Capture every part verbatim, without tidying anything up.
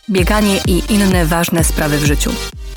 bieganie i inne ważne sprawy w życiu.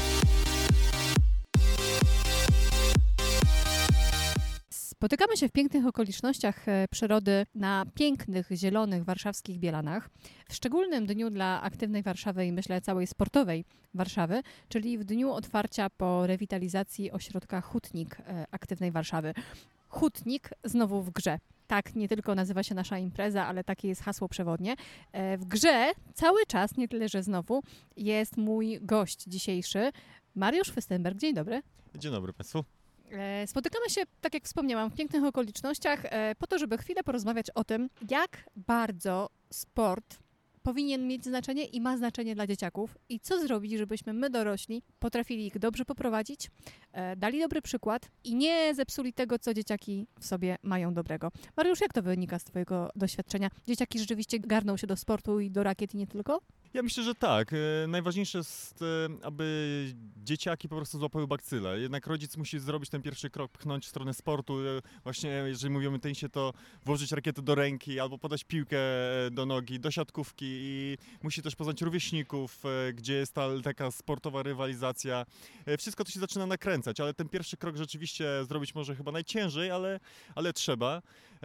Spotykamy się w pięknych okolicznościach przyrody na pięknych, zielonych warszawskich Bielanach. W szczególnym dniu dla aktywnej Warszawy i myślę całej sportowej Warszawy, czyli w dniu otwarcia po rewitalizacji ośrodka Hutnik aktywnej Warszawy. Hutnik znowu w grze. Tak nie tylko nazywa się nasza impreza, ale takie jest hasło przewodnie. W grze cały czas, nie tyle, że znowu, jest mój gość dzisiejszy, Mariusz Fyrstenberg. Dzień dobry. Dzień dobry Państwu. Spotykamy się, tak jak wspomniałam, w pięknych okolicznościach po to, żeby chwilę porozmawiać o tym, jak bardzo sport powinien mieć znaczenie i ma znaczenie dla dzieciaków i co zrobić, żebyśmy my dorośli potrafili ich dobrze poprowadzić, dali dobry przykład i nie zepsuli tego, co dzieciaki w sobie mają dobrego. Mariusz, jak to wynika z Twojego doświadczenia? Dzieciaki rzeczywiście garną się do sportu i do rakiet i nie tylko? Ja myślę, że tak. Najważniejsze jest, aby dzieciaki po prostu złapały bakcylę. Jednak rodzic musi zrobić ten pierwszy krok, pchnąć w stronę sportu. Właśnie jeżeli mówimy o tenisie, to włożyć rakietę do ręki albo podać piłkę do nogi, do siatkówki i musi też poznać rówieśników, gdzie jest ta taka sportowa rywalizacja. Wszystko to się zaczyna nakręcać, ale ten pierwszy krok rzeczywiście zrobić może chyba najciężej, ale, ale trzeba.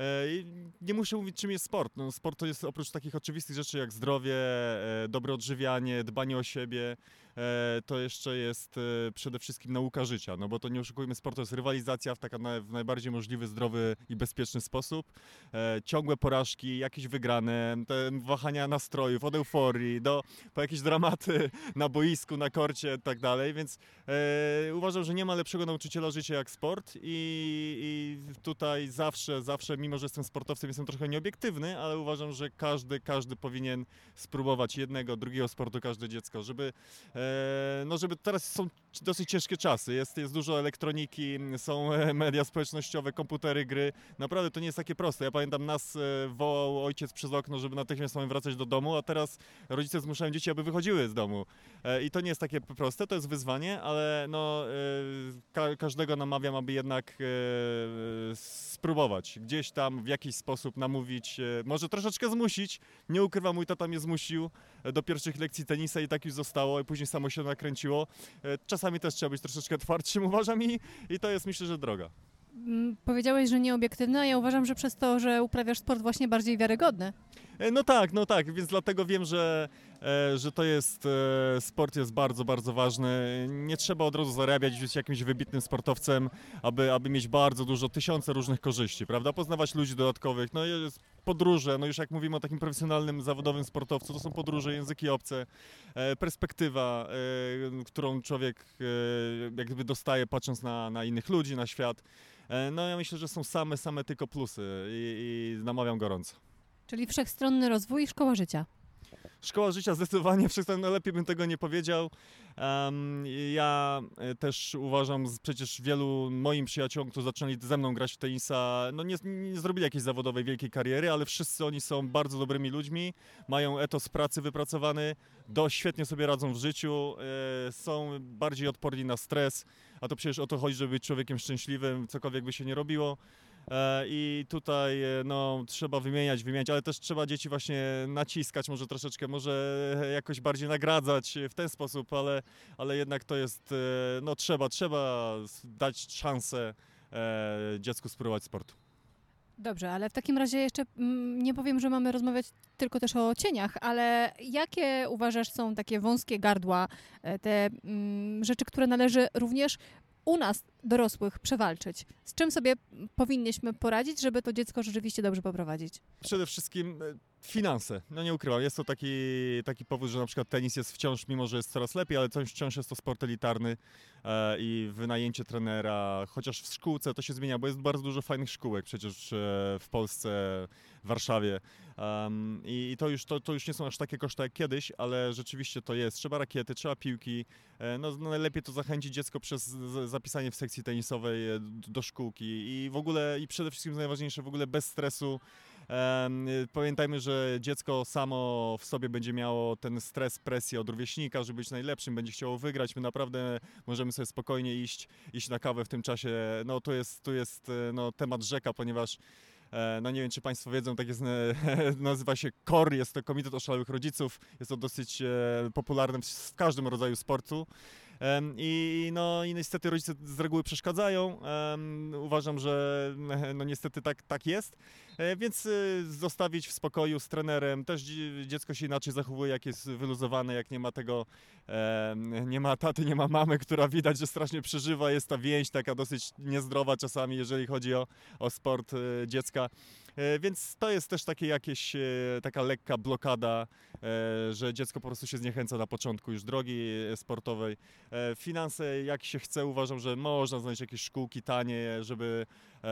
Nie muszę mówić, czym jest sport. No, sport to jest oprócz takich oczywistych rzeczy jak zdrowie, dobre odżywianie, dbanie o siebie, to jeszcze jest przede wszystkim nauka życia, no bo to nie oszukujmy, sport to jest rywalizacja w, taka na, w najbardziej możliwy, zdrowy i bezpieczny sposób. Ciągłe porażki, jakieś wygrane, te wahania nastrojów, od euforii, do, po jakieś dramaty na boisku, na korcie i tak dalej, więc e, uważam, że nie ma lepszego nauczyciela życia jak sport i, i tutaj zawsze, zawsze, mimo że jestem sportowcem, jestem trochę nieobiektywny, ale uważam, że każdy, każdy powinien spróbować jednego, drugiego sportu, każde dziecko, żeby e, no żeby teraz są dosyć ciężkie czasy, jest, jest dużo elektroniki, są media społecznościowe, komputery, gry, naprawdę to nie jest takie proste. Ja pamiętam, nas wołał ojciec przez okno, żeby natychmiast mamy wracać do domu, a teraz rodzice zmuszają dzieci, aby wychodziły z domu i to nie jest takie proste, to jest wyzwanie, ale no ka- każdego namawiam, aby jednak spróbować gdzieś tam w jakiś sposób namówić, może troszeczkę zmusić, nie ukrywam, mój tata mnie zmusił do pierwszych lekcji tenisa i tak już zostało i później samo się nakręciło. Czasami też trzeba być troszeczkę twardszym, uważam, i, i to jest, myślę, że droga. Powiedziałeś, że nieobiektywny, a ja uważam, że przez to, że uprawiasz sport, właśnie bardziej wiarygodny. No tak, no tak, więc dlatego wiem, że, że to jest, sport jest bardzo, bardzo ważny. Nie trzeba od razu zarabiać, być jakimś wybitnym sportowcem, aby, aby mieć bardzo dużo, tysiące różnych korzyści, prawda? Poznawać ludzi dodatkowych, no jest podróże, no już jak mówimy o takim profesjonalnym, zawodowym sportowcu, to są podróże, języki obce, perspektywa, którą człowiek jakby dostaje patrząc na, na innych ludzi, na świat. No ja myślę, że są same, same tylko plusy i, i namawiam gorąco. Czyli wszechstronny rozwój i szkoła życia. Szkoła życia zdecydowanie, wszechstronnie, lepiej bym tego nie powiedział. Um, ja też uważam, przecież wielu moim przyjaciołom, którzy zaczęli ze mną grać w tenisa, no nie, nie zrobili jakiejś zawodowej, wielkiej kariery, ale wszyscy oni są bardzo dobrymi ludźmi, mają etos pracy wypracowany, dość świetnie sobie radzą w życiu, e, są bardziej odporni na stres, a to przecież o to chodzi, żeby być człowiekiem szczęśliwym, cokolwiek by się nie robiło. I tutaj no, trzeba wymieniać, wymieniać, ale też trzeba dzieci właśnie naciskać, może troszeczkę, może jakoś bardziej nagradzać w ten sposób, ale, ale jednak to jest, no trzeba, trzeba dać szansę e, dziecku spróbować sportu. Dobrze, ale w takim razie jeszcze mm, nie powiem, że mamy rozmawiać tylko też o cieniach, ale jakie uważasz są takie wąskie gardła, te mm, rzeczy, które należy również u nas, dorosłych, przewalczyć? Z czym sobie powinniśmy poradzić, żeby to dziecko rzeczywiście dobrze poprowadzić? Przede wszystkim finanse. No nie ukrywam, jest to taki, taki powód, że na przykład tenis jest wciąż, mimo że jest coraz lepiej, ale wciąż jest to sport elitarny e, i wynajęcie trenera, chociaż w szkółce to się zmienia, bo jest bardzo dużo fajnych szkółek przecież e, w Polsce, w Warszawie um, i, i to, już, to, to już nie są aż takie koszty jak kiedyś, ale rzeczywiście to jest. Trzeba rakiety, trzeba piłki. E, no, no najlepiej to zachęcić dziecko przez z, zapisanie w sekcji tenisowej do szkółki i w ogóle, i przede wszystkim najważniejsze, w ogóle bez stresu. Um, pamiętajmy, że dziecko samo w sobie będzie miało ten stres, presję od rówieśnika, żeby być najlepszym, będzie chciało wygrać. My naprawdę możemy sobie spokojnie iść, iść na kawę w tym czasie. No to jest, to jest no, temat rzeka, ponieważ No nie wiem, czy Państwo wiedzą, tak jest, nazywa się K O R, jest to Komitet Oszalałych Rodziców. Jest to dosyć popularne w każdym rodzaju sportu. I, no, i niestety rodzice z reguły przeszkadzają. Uważam, że no niestety tak, tak jest. Więc zostawić w spokoju z trenerem. Też dziecko się inaczej zachowuje, jak jest wyluzowane, jak nie ma tego, nie ma taty, nie ma mamy, która widać, że strasznie przeżywa. Jest ta więź taka dosyć niezdrowa czasami, jeżeli chodzi o, o sport dziecka. Więc to jest też takie jakieś, taka lekka blokada, że dziecko po prostu się zniechęca na początku już drogi sportowej. Finanse, jak się chce, uważam, że można znaleźć jakieś szkółki tanie, żeby,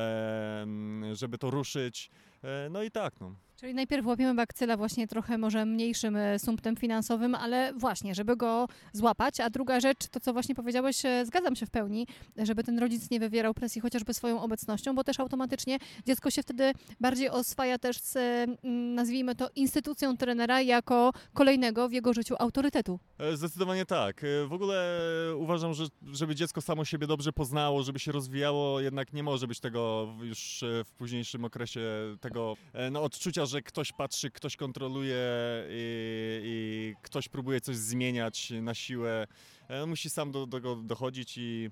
żeby to ruszyć. No i tak, no. Czyli najpierw łapiemy bakcyla właśnie trochę może mniejszym sumptem finansowym, ale właśnie, żeby go złapać. A druga rzecz, to co właśnie powiedziałeś, zgadzam się w pełni, żeby ten rodzic nie wywierał presji chociażby swoją obecnością, bo też automatycznie dziecko się wtedy bardziej oswaja też z, nazwijmy to, instytucją trenera jako kolejnego w jego życiu autorytetu. Zdecydowanie tak. W ogóle uważam, że żeby dziecko samo siebie dobrze poznało, żeby się rozwijało, jednak nie może być tego już w późniejszym okresie, tego no, odczucia, że ktoś patrzy, ktoś kontroluje i, i ktoś próbuje coś zmieniać na siłę. Musi sam do tego dochodzić i,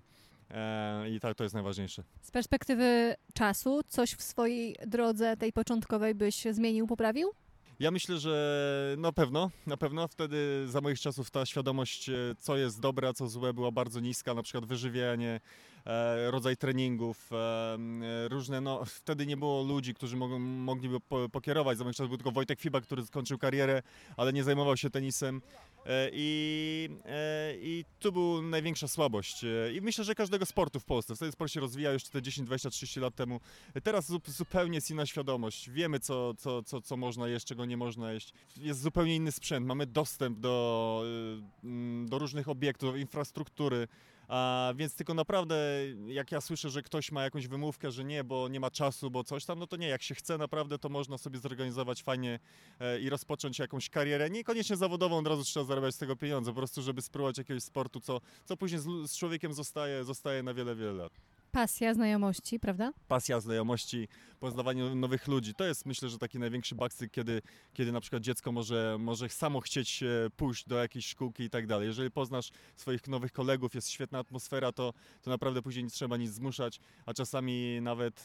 i tak to jest najważniejsze. Z perspektywy czasu coś w swojej drodze tej początkowej byś zmienił, poprawił? Ja myślę, że na pewno, na pewno wtedy za moich czasów ta świadomość, co jest dobre, a co złe, była bardzo niska, na przykład wyżywianie, e, rodzaj treningów, e, różne, no wtedy nie było ludzi, którzy mogą, mogliby po, pokierować, za moich czasów był tylko Wojtek Fiba, który skończył karierę, ale nie zajmował się tenisem e, i, e, i tu była największa słabość i myślę, że każdego sportu w Polsce, wtedy sport się rozwijał już te dziesięć, dwadzieścia, trzydzieści lat temu, teraz zupełnie jest inna świadomość, wiemy co, co, co, co można jeść, czego nie można jeść. Jest zupełnie inny sprzęt, mamy dostęp do, do różnych obiektów, do infrastruktury, a więc tylko naprawdę jak ja słyszę, że ktoś ma jakąś wymówkę, że nie, bo nie ma czasu, bo coś tam, no to nie, jak się chce naprawdę, to można sobie zorganizować fajnie i rozpocząć jakąś karierę, niekoniecznie zawodową, od razu trzeba zarabiać z tego pieniądze, po prostu żeby spróbować jakiegoś sportu, co, co później z, z człowiekiem zostaje, zostaje na wiele, wiele lat. Pasja, znajomości, prawda? Pasja, znajomości, poznawanie nowych ludzi. To jest, myślę, że taki największy bakcyl, kiedy, kiedy na przykład dziecko może, może samo chcieć pójść do jakiejś szkółki i tak dalej. Jeżeli poznasz swoich nowych kolegów, jest świetna atmosfera, to, to naprawdę później nie trzeba nic zmuszać, a czasami nawet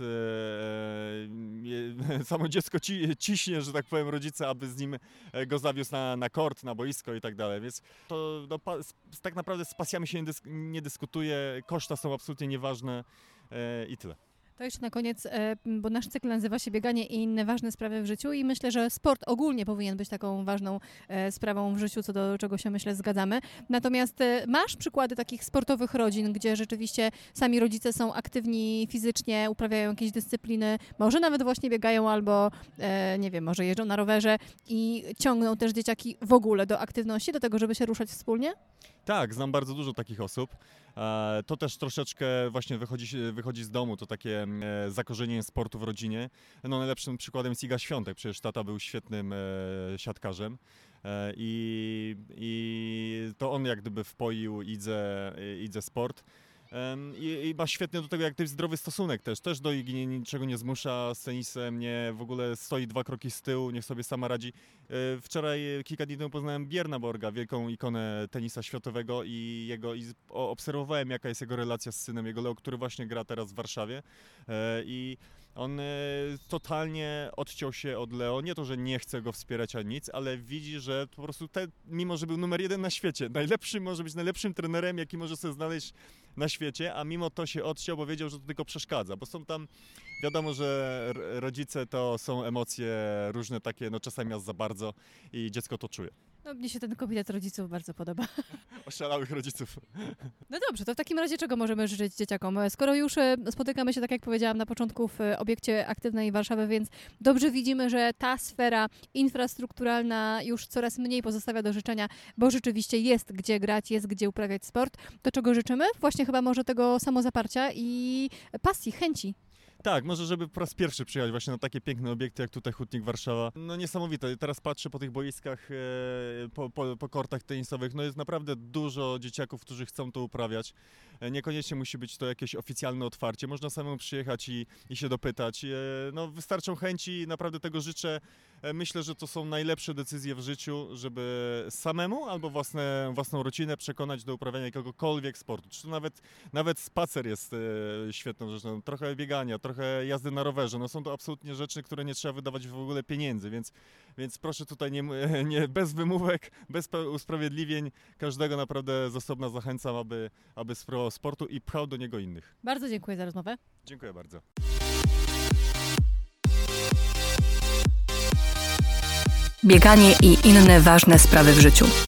e, e, samo dziecko ci, ciśnie, że tak powiem, rodzice, aby z nim go zawiózł na, na kort, na boisko i tak dalej. Więc to no, pa, tak naprawdę z pasjami się nie, dysk, nie dyskutuje, koszta są absolutnie nieważne. I tyle. To jeszcze na koniec, bo nasz cykl nazywa się Bieganie i inne ważne sprawy w życiu i myślę, że sport ogólnie powinien być taką ważną sprawą w życiu, co do czego się, myślę, zgadzamy. Natomiast masz przykłady takich sportowych rodzin, gdzie rzeczywiście sami rodzice są aktywni fizycznie, uprawiają jakieś dyscypliny, może nawet właśnie biegają albo, nie wiem, może jeżdżą na rowerze i ciągną też dzieciaki w ogóle do aktywności, do tego, żeby się ruszać wspólnie? Tak, znam bardzo dużo takich osób. To też troszeczkę właśnie wychodzi, wychodzi z domu, to takie zakorzenienie sportu w rodzinie. No, najlepszym przykładem jest Iga Świątek, przecież tata był świetnym siatkarzem i, i to on jak gdyby wpoił Idze, Idze sport. I, I ma świetny do tego jak gdyby zdrowy stosunek też. Też do Igi niczego nie zmusza z tenisem, nie w ogóle stoi dwa kroki z tyłu, niech sobie sama radzi. Wczoraj, kilka dni temu poznałem Björna Borga, wielką ikonę tenisa światowego i jego i obserwowałem, jaka jest jego relacja z synem jego Leo, który właśnie gra teraz w Warszawie. I on totalnie odciął się od Leo, nie to, że nie chce go wspierać ani nic, ale widzi, że po prostu te, mimo że był numer jeden na świecie, najlepszy może być najlepszym trenerem, jaki może sobie znaleźć na świecie, a mimo to się odciął, bo wiedział, że to tylko przeszkadza, bo są tam, wiadomo, że rodzice to są emocje różne takie, no czasami aż za bardzo i dziecko to czuje. No, mnie się ten komitet rodziców bardzo podoba. Oszalałych rodziców. No dobrze, to w takim razie czego możemy życzyć dzieciakom? Skoro już spotykamy się, tak jak powiedziałam na początku, w obiekcie Aktywnej Warszawy, więc dobrze widzimy, że ta sfera infrastrukturalna już coraz mniej pozostawia do życzenia, bo rzeczywiście jest gdzie grać, jest gdzie uprawiać sport. To czego życzymy? Właśnie chyba może tego samozaparcia i pasji, chęci. Tak, może żeby po raz pierwszy przyjechać właśnie na takie piękne obiekty jak tutaj Hutnik Warszawa. No niesamowite. Teraz patrzę po tych boiskach, e, po, po, po kortach tenisowych. No jest naprawdę dużo dzieciaków, którzy chcą to uprawiać. E, niekoniecznie musi być to jakieś oficjalne otwarcie. Można samemu przyjechać i, i się dopytać. E, no wystarczą chęci, naprawdę tego życzę. E, myślę, że to są najlepsze decyzje w życiu, żeby samemu albo własne, własną rodzinę przekonać do uprawiania jakiegokolwiek sportu. Czy to nawet, nawet spacer jest e, świetną rzeczą. Trochę biegania, trochę jazdy na rowerze. No są to absolutnie rzeczy, które nie trzeba wydawać w ogóle pieniędzy, więc, więc proszę tutaj nie, nie, bez wymówek, bez usprawiedliwień, każdego naprawdę z osobna zachęcam, aby, aby spróbował sportu i pchał do niego innych. Bardzo dziękuję za rozmowę. Dziękuję bardzo. Bieganie i inne ważne sprawy w życiu.